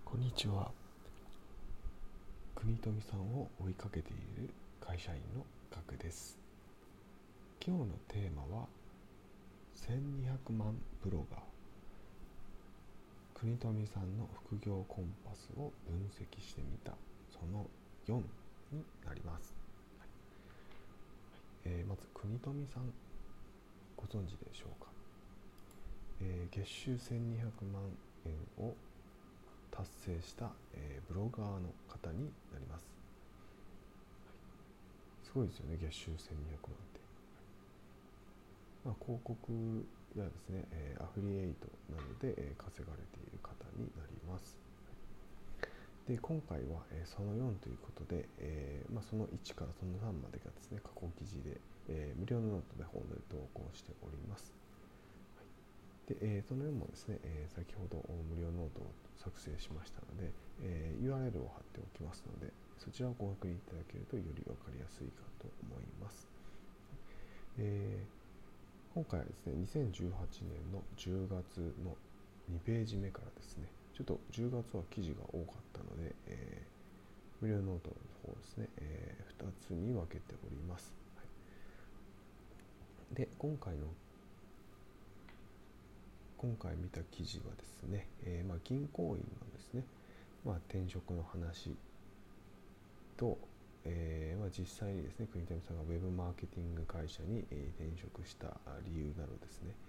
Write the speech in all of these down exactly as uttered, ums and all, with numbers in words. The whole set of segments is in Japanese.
こんにちは。国富さんを追いかけている会社員のガクです。今日のテーマはせんにひゃくまんブロガー、国富さんの副業コンパスを分析してみたそのよんになります。はいえー、まず国富さん、ご存知でしょうか。えー、月収せんにひゃくまんえんを達成した、えー、ブロガーの方になります。すごいですよね、月収せんにひゃくまんって。まあ、広告やですね、えーアフリエイトなどで、えー稼がれている方になります。で、今回は、えーそのよんということで、えーまあ、そのいちからそのさんまでがですね、加工記事で、えー無料のノートで本で投稿しております。で、えーそのよんもですね、えー先ほど無料ノートを作成しましたので、えー ユーアールエル を貼っておきますので、そちらをご確認いただけるとより分かりやすいかと思います。えー今回はですね、にせんじゅうはちねんのじゅうがつのにページ目からですね、ちょっとじゅうがつは記事が多かったので、えー、無料ノートの方ですね、えー、ふたつに分けております。はい、で、今回の今回見た記事はですね、えーまあ、銀行員のですね、まあ、転職の話と、えーまあ、実際にですね、国富さんがウェブマーケティング会社に、えー、転職した理由などですね、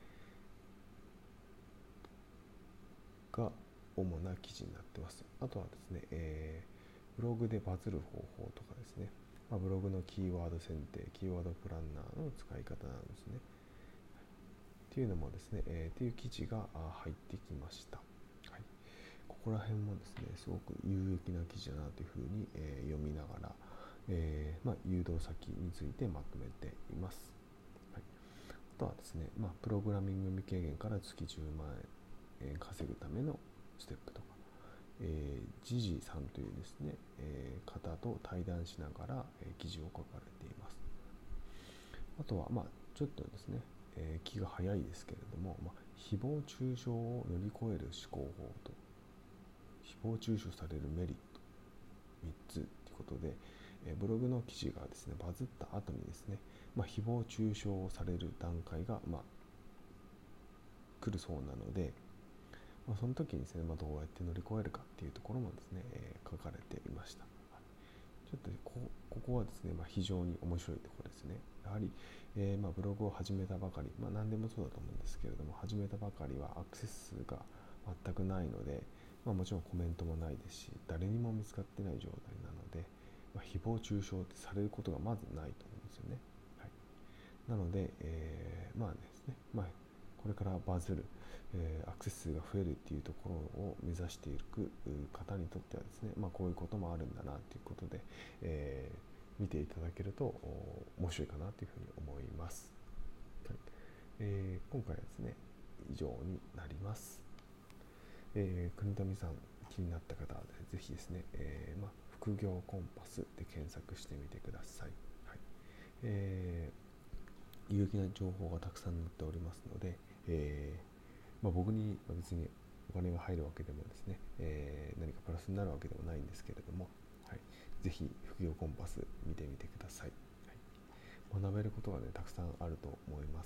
が主な記事になってます。あとはですね、えー、ブログでバズる方法とかですね、まあ、ブログのキーワード選定、キーワードプランナーの使い方なんですね。っていうのもですね、えー、っていう記事が入ってきました。はい、ここら辺もですね、すごく有益な記事だなというふうに、えー、読みながら、えーまあ、誘導先についてまとめています。はい、あとはですね、まあ、プログラミング未経験から月じゅうまんえん稼ぐためのステップとか、えー、ジジさんというですね、えー、方と対談しながら、えー、記事を書かれています。あとは、まあ、ちょっとですね、えー、気が早いですけれども、まあ、誹謗中傷を乗り越える思考法と、誹謗中傷されるメリットみっつということで、えー、ブログの記事がですね、バズった後にですね、まあ、誹謗中傷をされる段階が、まあ、来るそうなので、まあ、その時にですね、まあ、どうやって乗り越えるかっていうところもですね、えー、書かれていました。ちょっとこここはですね、まあ、非常に面白いところですね。やはり、えーまあ、ブログを始めたばかり、まあ、何でもそうだと思うんですけれども、始めたばかりはアクセス数が全くないので、まあ、もちろんコメントもないですし、誰にも見つかってない状態なので、まあ、誹謗中傷ってされることがまずないと思うんですよね。はい、なので、えー、まあですね、まあ、これからバズる、えー、アクセス数が増えるっていうところを目指していく方にとってはですね、まあ、こういうこともあるんだなということで、えー、見ていただけると面白いかなというふうに思います。はい、えー、今回はですね、以上になります。えー、国富さん、気になった方はぜひですね、えーまあ、副業コンパスで検索してみてください。はい、えー有益な情報がたくさん載っておりますので、えーまあ、僕に別にお金が入るわけでもですね、えー何かプラスになるわけでもないんですけれども、はい、ぜひ副業コンパス見てみてください。はい、学べることがね、たくさんあると思います。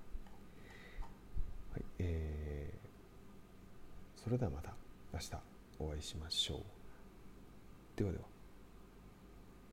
はいはい、えー、それではまた明日お会いしましょう。ではでは。